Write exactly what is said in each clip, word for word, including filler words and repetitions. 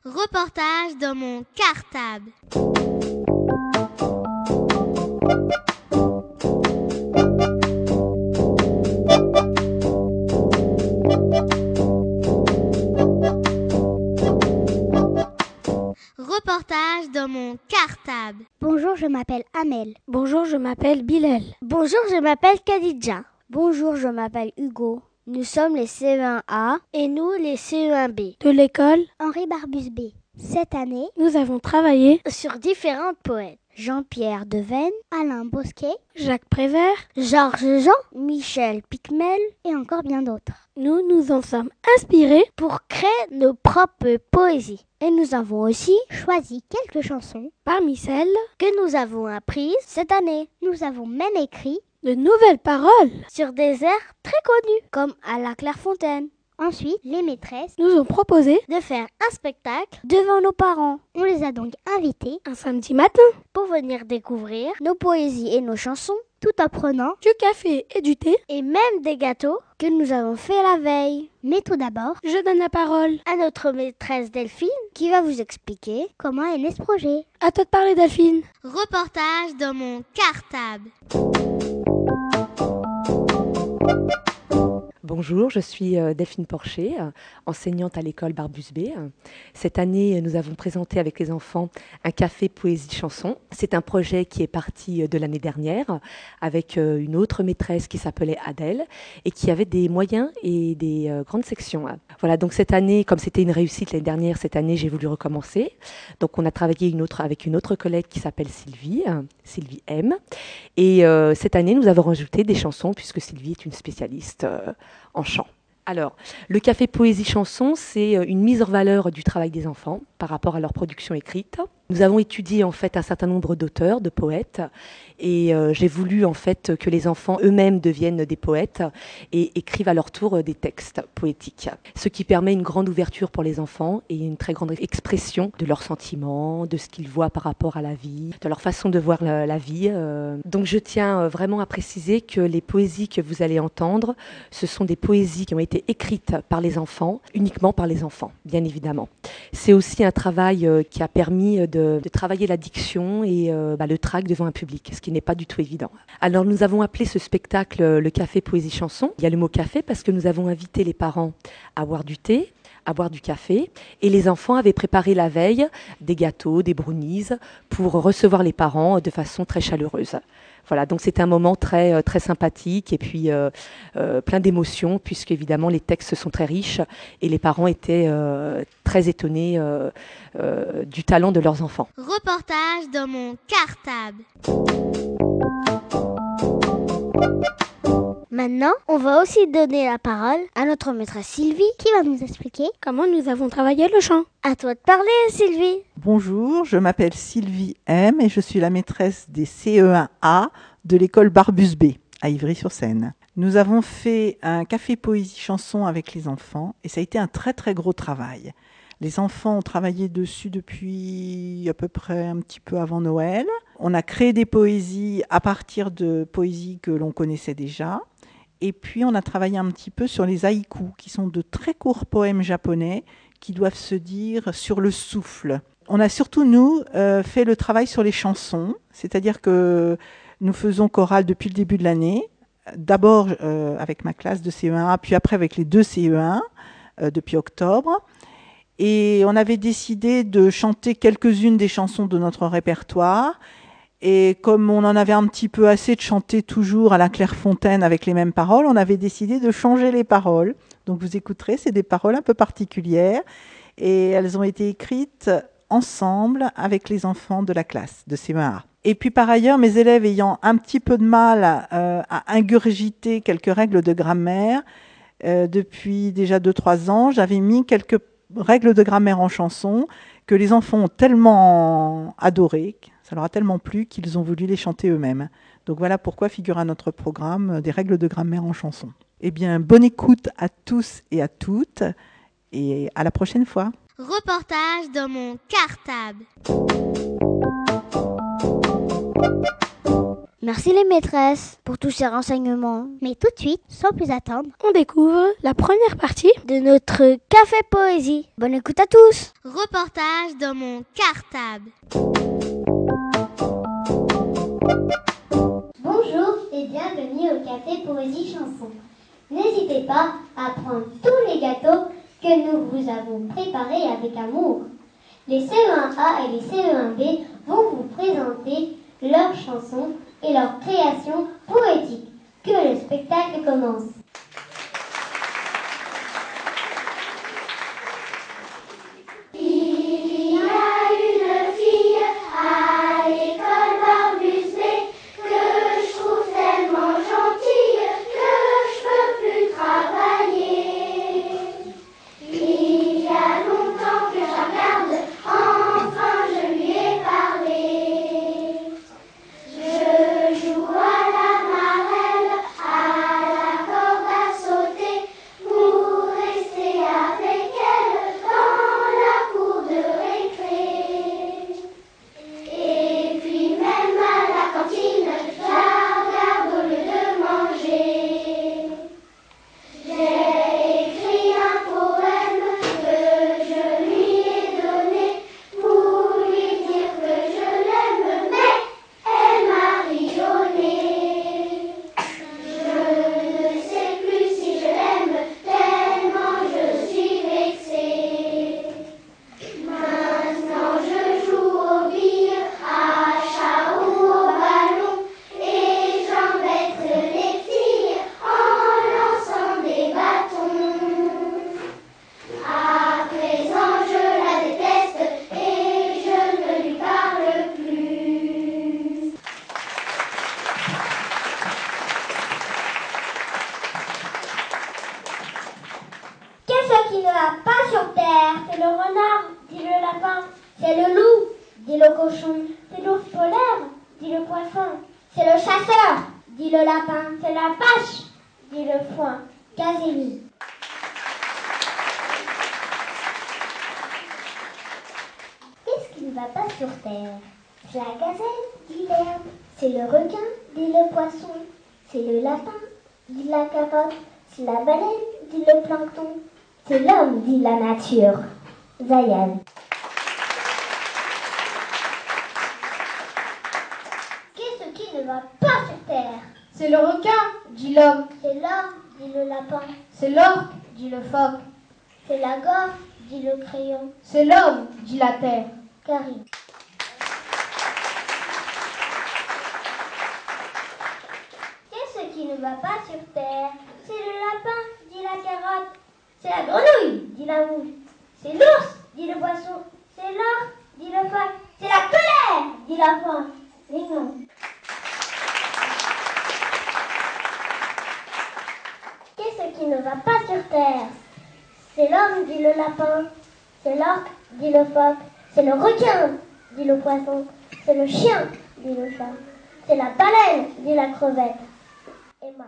Reportage dans mon cartable. Reportage dans mon cartable. Bonjour, je m'appelle Amel. Bonjour, je m'appelle Bilal. Bonjour, je m'appelle Khadija. Bonjour, je m'appelle Hugo. Nous sommes les C E un A et nous les C E un B de l'école Henri Barbus B. Cette année, nous avons travaillé sur différents poètes. Jean-Pierre Devaisnes, Alain Bosquet, Jacques Prévert, Georges Jean, Michel Picmel et encore bien d'autres. Nous nous en sommes inspirés pour créer nos propres poésies. Et nous avons aussi choisi quelques chansons parmi celles que nous avons apprises cette année. Nous avons même écrit de nouvelles paroles sur des airs très connus, comme à la Clairefontaine. Ensuite, les maîtresses nous ont proposé de faire un spectacle devant nos parents. On les a donc invités un samedi matin pour venir découvrir nos poésies et nos chansons, tout en prenant du café et du thé et même des gâteaux que nous avons fait la veille. Mais tout d'abord, je donne la parole à notre maîtresse Delphine qui va vous expliquer comment est né ce projet. À toi de parler, Delphine. Reportage dans mon cartable. Bonjour, je suis Delphine Porcher, enseignante à l'école Barbus B. Cette année, nous avons présenté avec les enfants un café poésie chanson. C'est un projet qui est parti de l'année dernière avec une autre maîtresse qui s'appelait Adèle et qui avait des moyens et des grandes sections. Voilà, donc cette année, comme c'était une réussite l'année dernière, cette année j'ai voulu recommencer. Donc on a travaillé une autre, avec une autre collègue qui s'appelle Sylvie, Sylvie M. Et euh, cette année, nous avons rajouté des chansons puisque Sylvie est une spécialiste euh, en chant. Alors, le café poésie chanson, c'est une mise en valeur du travail des enfants par rapport à leur production écrite. Nous avons étudié en fait un certain nombre d'auteurs, de poètes, et euh, j'ai voulu en fait que les enfants eux-mêmes deviennent des poètes et écrivent à leur tour des textes poétiques. Ce qui permet une grande ouverture pour les enfants et une très grande expression de leurs sentiments, de ce qu'ils voient par rapport à la vie, de leur façon de voir la, la vie. Donc je tiens vraiment à préciser que les poésies que vous allez entendre, ce sont des poésies qui ont été écrites par les enfants, uniquement par les enfants, bien évidemment. C'est aussi un travail qui a permis de, de travailler la diction et euh, bah, le trac devant un public, ce qui n'est pas du tout évident. Alors nous avons appelé ce spectacle le Café Poésie Chanson. Il y a le mot café parce que nous avons invité les parents à boire du thé, à boire du café, et les enfants avaient préparé la veille des gâteaux, des brownies pour recevoir les parents de façon très chaleureuse. Voilà, donc c'est un moment très, très sympathique et puis euh, euh, plein d'émotions puisque évidemment les textes sont très riches et les parents étaient euh, très étonnés euh, euh, du talent de leurs enfants. Reportage dans mon cartable. Maintenant, on va aussi donner la parole à notre maîtresse Sylvie qui va nous expliquer comment nous avons travaillé le chant. À toi de parler, Sylvie. Bonjour, je m'appelle Sylvie M et je suis la maîtresse des C E un A de l'école Barbus B à Ivry-sur-Seine. Nous avons fait un café poésie chanson avec les enfants et ça a été un très très gros travail. Les enfants ont travaillé dessus depuis à peu près un petit peu avant Noël. On a créé des poésies à partir de poésies que l'on connaissait déjà. Et puis, on a travaillé un petit peu sur les haïkus, qui sont de très courts poèmes japonais qui doivent se dire sur le souffle. On a surtout, nous, euh, fait le travail sur les chansons, c'est-à-dire que nous faisons chorale depuis le début de l'année, d'abord euh, avec ma classe de C E un A, puis après avec les deux C E un euh, depuis octobre. Et on avait décidé de chanter quelques-unes des chansons de notre répertoire. Et comme on en avait un petit peu assez de chanter toujours à la Clairefontaine avec les mêmes paroles, on avait décidé de changer les paroles. Donc vous écouterez, c'est des paroles un peu particulières. Et elles ont été écrites ensemble avec les enfants de la classe de C E un A. Et puis par ailleurs, mes élèves ayant un petit peu de mal euh, à ingurgiter quelques règles de grammaire, euh, depuis déjà deux trois ans, j'avais mis quelques règles de grammaire en chanson que les enfants ont tellement adoré, ça leur a tellement plu qu'ils ont voulu les chanter eux-mêmes. Donc voilà pourquoi figure à notre programme des règles de grammaire en chanson. Eh bien, bonne écoute à tous et à toutes et à la prochaine fois. Reportage dans mon cartable. Merci les maîtresses pour tous ces renseignements. Mais tout de suite, sans plus attendre, On découvre la première partie. De notre café poésie. Bonne écoute à tous. reportage dans mon cartable. Bonjour et bienvenue au Café Poésie Chanson. N'hésitez pas à prendre tous les gâteaux que nous vous avons préparés avec amour. Les C E un A et les C E un B vont vous présenter leurs chansons et leurs créations poétiques. Que le spectacle commence. Il y a une fille à l'école Barbus-Bé que je trouve tellement gentille que je peux plus travailler. Il y a longtemps que je la regarde, enfin je lui ai parlé. Je joue à la marelle, à la corde à sauter, pour rester avec elle dans la cour de récré. Et puis même à la cantine, je la regarde au lieu de manger. J'ai écrit un poème que je lui ai donné pour lui dire que je l'aime, mais elle m'a ri au nez. Je ne sais plus si je l'aime, tellement je suis vexée. Maintenant je joue aux billes, à chat ou au ballon, et j'embête les filles en lançant des bâtons. À présent je la déteste et je ne lui parle plus. Qu'est-ce qui ne va pas sur terre? C'est le renard, dit le lapin. C'est le loup, dit le cochon. C'est l'ours polaire, dit le poisson. C'est le chasseur, dit le lapin. C'est la vache, dit le foin. Casémie. Qu'est-ce qui ne va pas sur terre? C'est la gazelle, dit l'herbe. C'est le requin, dit le poisson. C'est le lapin, dit la carotte. C'est la baleine, dit le plancton. C'est l'homme, dit la nature. Zayan. Qu'est-ce qui ne va pas sur terre? C'est le requin, dit l'homme. C'est l'homme, dit le lapin. C'est l'orque, dit le phoque. C'est la gorge, dit le crayon. C'est l'homme, dit la terre. Carrie. Qu'est-ce qui ne va pas sur terre? C'est le lapin, dit la carotte. C'est la grenouille, dit la mouche. C'est l'ours, dit le poisson. C'est l'orque, dit le phoque. C'est la colère, dit la faim. Les noms. Qu'est-ce qui ne va pas sur terre? C'est l'homme, dit le lapin. C'est l'orque, dit le phoque. C'est le requin, dit le poisson. C'est le chien, dit le chat. C'est la baleine, dit la crevette. Emma.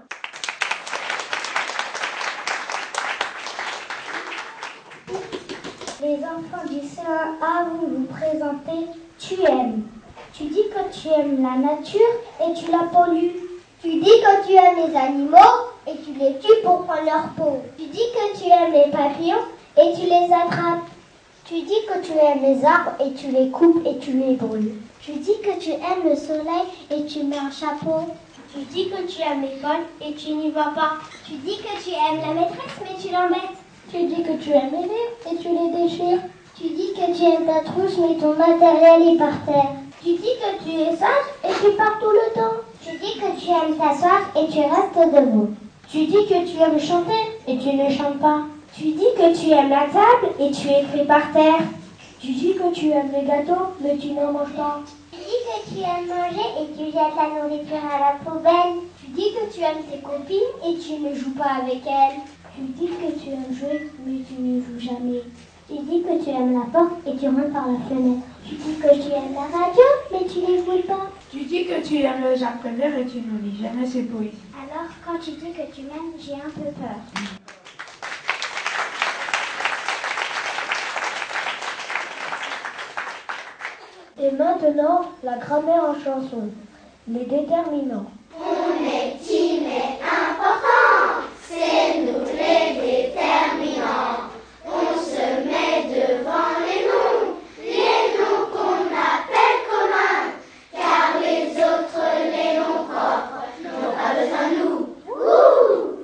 Les enfants du C un A vont vous présenter Tu aimes. Tu dis que tu aimes la nature et tu la pollues. Tu dis que tu aimes les animaux et tu les tues pour prendre leur peau. Tu dis que tu aimes les papillons et tu les attrapes. Tu dis que tu aimes les arbres et tu les coupes et tu les brûles. Tu dis que tu aimes le soleil et tu mets un chapeau. Tu dis que tu aimes l'école et tu n'y vas pas. Tu dis que tu aimes la maîtresse mais tu l'embêtes. Tu dis que tu aimes les livres et tu les déchires. Tu dis que tu aimes ta trousse mais ton matériel est par terre. Tu dis que tu es sage et tu pars tout le temps. Tu dis que tu aimes t'asseoir et tu restes debout. Tu dis que tu aimes chanter et tu ne chantes pas. Tu dis que tu aimes la table et tu écris par terre. Tu dis que tu aimes les gâteaux mais tu n'en manges pas. Tu dis que tu aimes manger et tu jettes la nourriture à la poubelle. Tu dis que tu aimes tes copines et tu ne joues pas avec elles. Tu dis que tu aimes jouer mais tu ne joues jamais. Tu dis que tu aimes la porte et tu rentres par la fenêtre. Tu dis que tu aimes la radio mais tu n'écoutes pas. Tu dis que tu aimes le Jacques Prévert et tu ne lis jamais ses poésies. Alors quand tu dis que tu m'aimes, j'ai un peu peur. Et maintenant, la grammaire en chanson. les déterminants. On est qui mais important, c'est nous les déterminants. On se met devant les noms, les noms qu'on appelle communs, car les autres, les noms propres, n'ont pas besoin de nous. Ouh!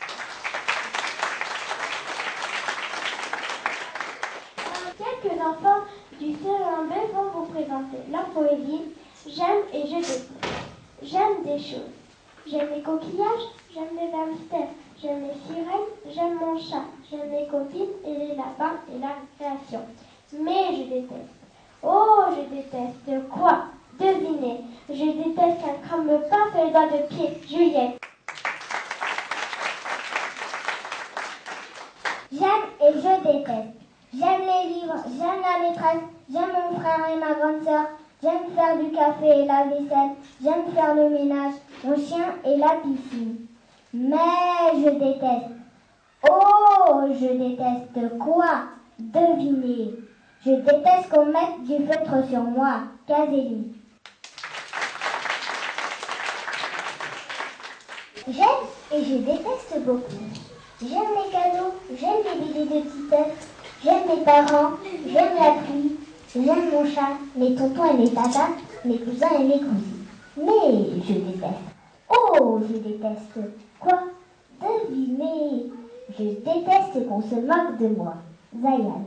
Quelques enfants du C E un B vont vous présenter leur poésie. J'aime et je déteste. J'aime des choses. J'aime les coquillages, j'aime les hamsters, j'aime les sirènes, j'aime mon chat, j'aime les copines et les lapins et la création. Mais je déteste. Oh, je déteste quoi? Devinez. Je déteste qu'un crâne me pince les doigts de pied. Juliette. J'aime et je déteste. J'aime les livres, j'aime la maîtresse, j'aime mon frère et ma grande sœur, j'aime faire du café et la vaisselle, j'aime faire le ménage, mon chien et la piscine. Mais je déteste. Oh, je déteste quoi? Devinez. Je déteste qu'on mette du feutre sur moi. Casélie. J'aime et je déteste beaucoup. J'aime les cadeaux, j'aime les bébés de Titeuf, j'aime mes parents, j'aime la pluie, j'aime mon chat, mes tontons et mes tatas, mes cousins et mes cousines. Mais je déteste. Oh, je déteste. Quoi? Devinez. Je déteste qu'on se moque de moi. Zayan.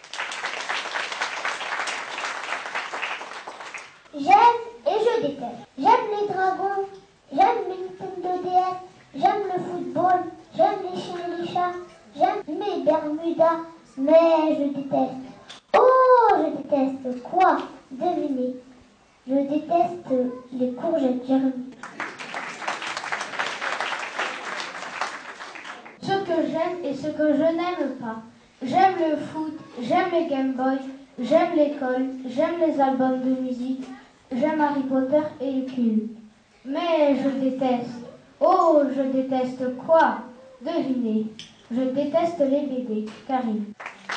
J'aime et je déteste. J'aime les dragons, j'aime les Nintendo D S, j'aime le football, j'aime les chiens et les chats, j'aime mes bermudas, mais je déteste. Oh, je déteste quoi? Devinez. Je déteste les courgettes germées. Ce que j'aime et ce que je n'aime pas. J'aime le foot, j'aime les Game Boy, j'aime l'école, j'aime les albums de musique, j'aime Harry Potter et le film. Mais je déteste. Oh, je déteste quoi? Devinez. Je déteste les B D. Karine.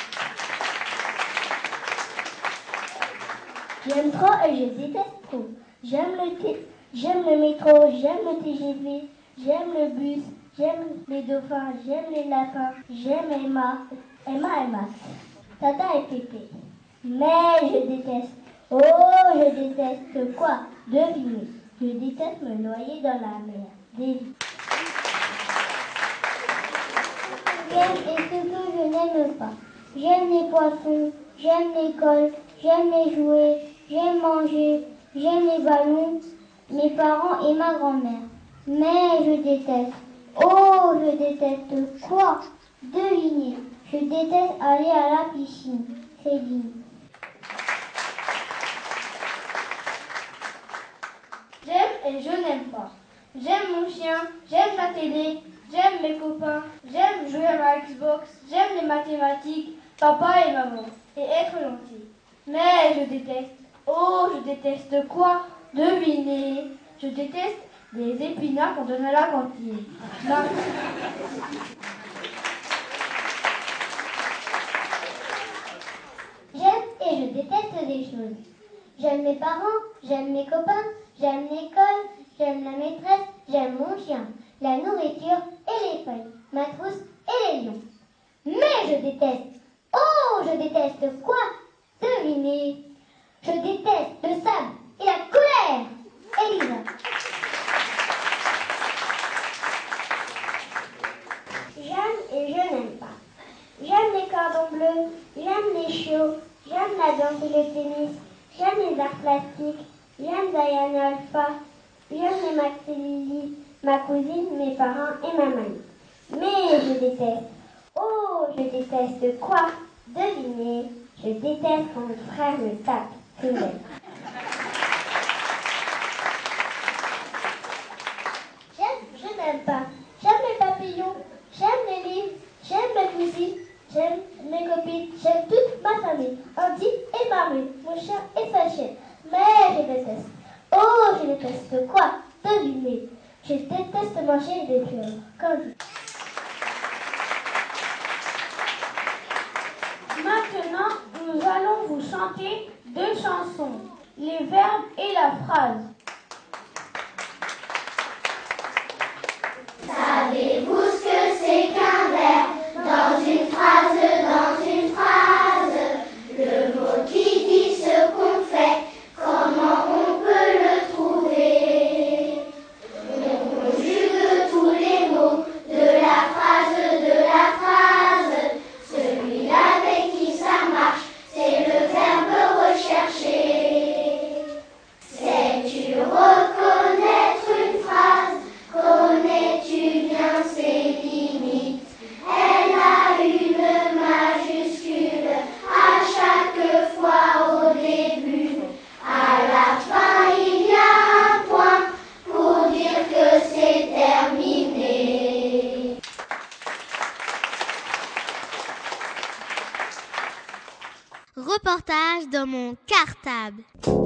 J'aime trop et je déteste trop. J'aime le, t- j'aime le métro, j'aime le T G V, j'aime le bus, j'aime les dauphins, j'aime les lapins, j'aime Emma, Emma et Max, Tata et Pépé. Mais je déteste. Oh, je déteste quoi? Devinez. Je déteste me noyer dans la mer. Davy. J'aime et ce que je n'aime pas. J'aime les poissons, j'aime l'école, j'aime les jouets, j'aime manger, j'aime les ballons, mes parents et ma grand-mère. Mais je déteste. Oh, je déteste quoi? Devinez. Je déteste aller à la piscine. Céline. J'aime et je n'aime pas. J'aime mon chien, j'aime la télé, j'aime mes copains, j'aime jouer à ma Xbox, j'aime les mathématiques, papa et maman, et être gentil. Mais je déteste. Oh, je déteste quoi? Devinez. Je déteste des épinards qu'on donne à la cantine. Non. J'aime et je déteste des choses. J'aime mes parents, j'aime mes copains, j'aime l'école, j'aime la maîtresse, j'aime mon chien, la nourriture et les feuilles, ma trousse et les lions. Mais je déteste. Oh, je déteste quoi? Devinez. Je déteste le sable et la colère. Elisa. J'aime et je n'aime pas. J'aime les cordons bleus, j'aime les chiots, j'aime la danse et le tennis, j'aime les arts plastiques, j'aime Diana Alpha, j'aime les Max et Lily, ma cousine, mes parents et ma mamie. Mais je déteste. Oh, je déteste quoi? Devinez. Je déteste quand mon frère me tape. J'aime, je n'aime pas. J'aime les papillons, j'aime les livres, j'aime mes cousines, j'aime mes copines, j'aime toute ma famille, Andy et Marie, mon chien et sa chienne. Mais je déteste. Oh, je déteste quoi? Devinez. Je déteste manger des fleurs. Comme vous. Maintenant, nous allons vous chanter deux chansons, les verbes et la phrase. phrase dans une phrase, le mot qui dit ce qu'on fait, comment on peut le trouver? On conjugue tous les mots de la phrase, de la phrase, celui avec qui ça marche, c'est le verbe rechercher. Sais-tu reconnaître une phrase? Connais-tu bien ses limites? Elle a une majuscule à chaque fois au début. À la fin, il y a un point pour dire que c'est terminé. Reportage dans mon cartable.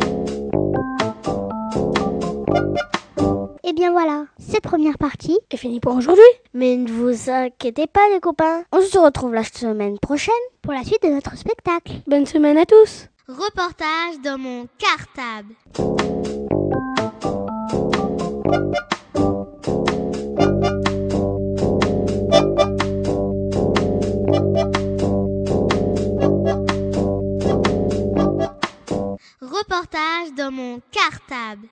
Et bien voilà, cette première partie est finie pour aujourd'hui. Mais ne vous inquiétez pas les copains, on se retrouve la semaine prochaine pour la suite de notre spectacle. Bonne semaine à tous. Reportage dans mon cartable. Reportage dans mon cartable.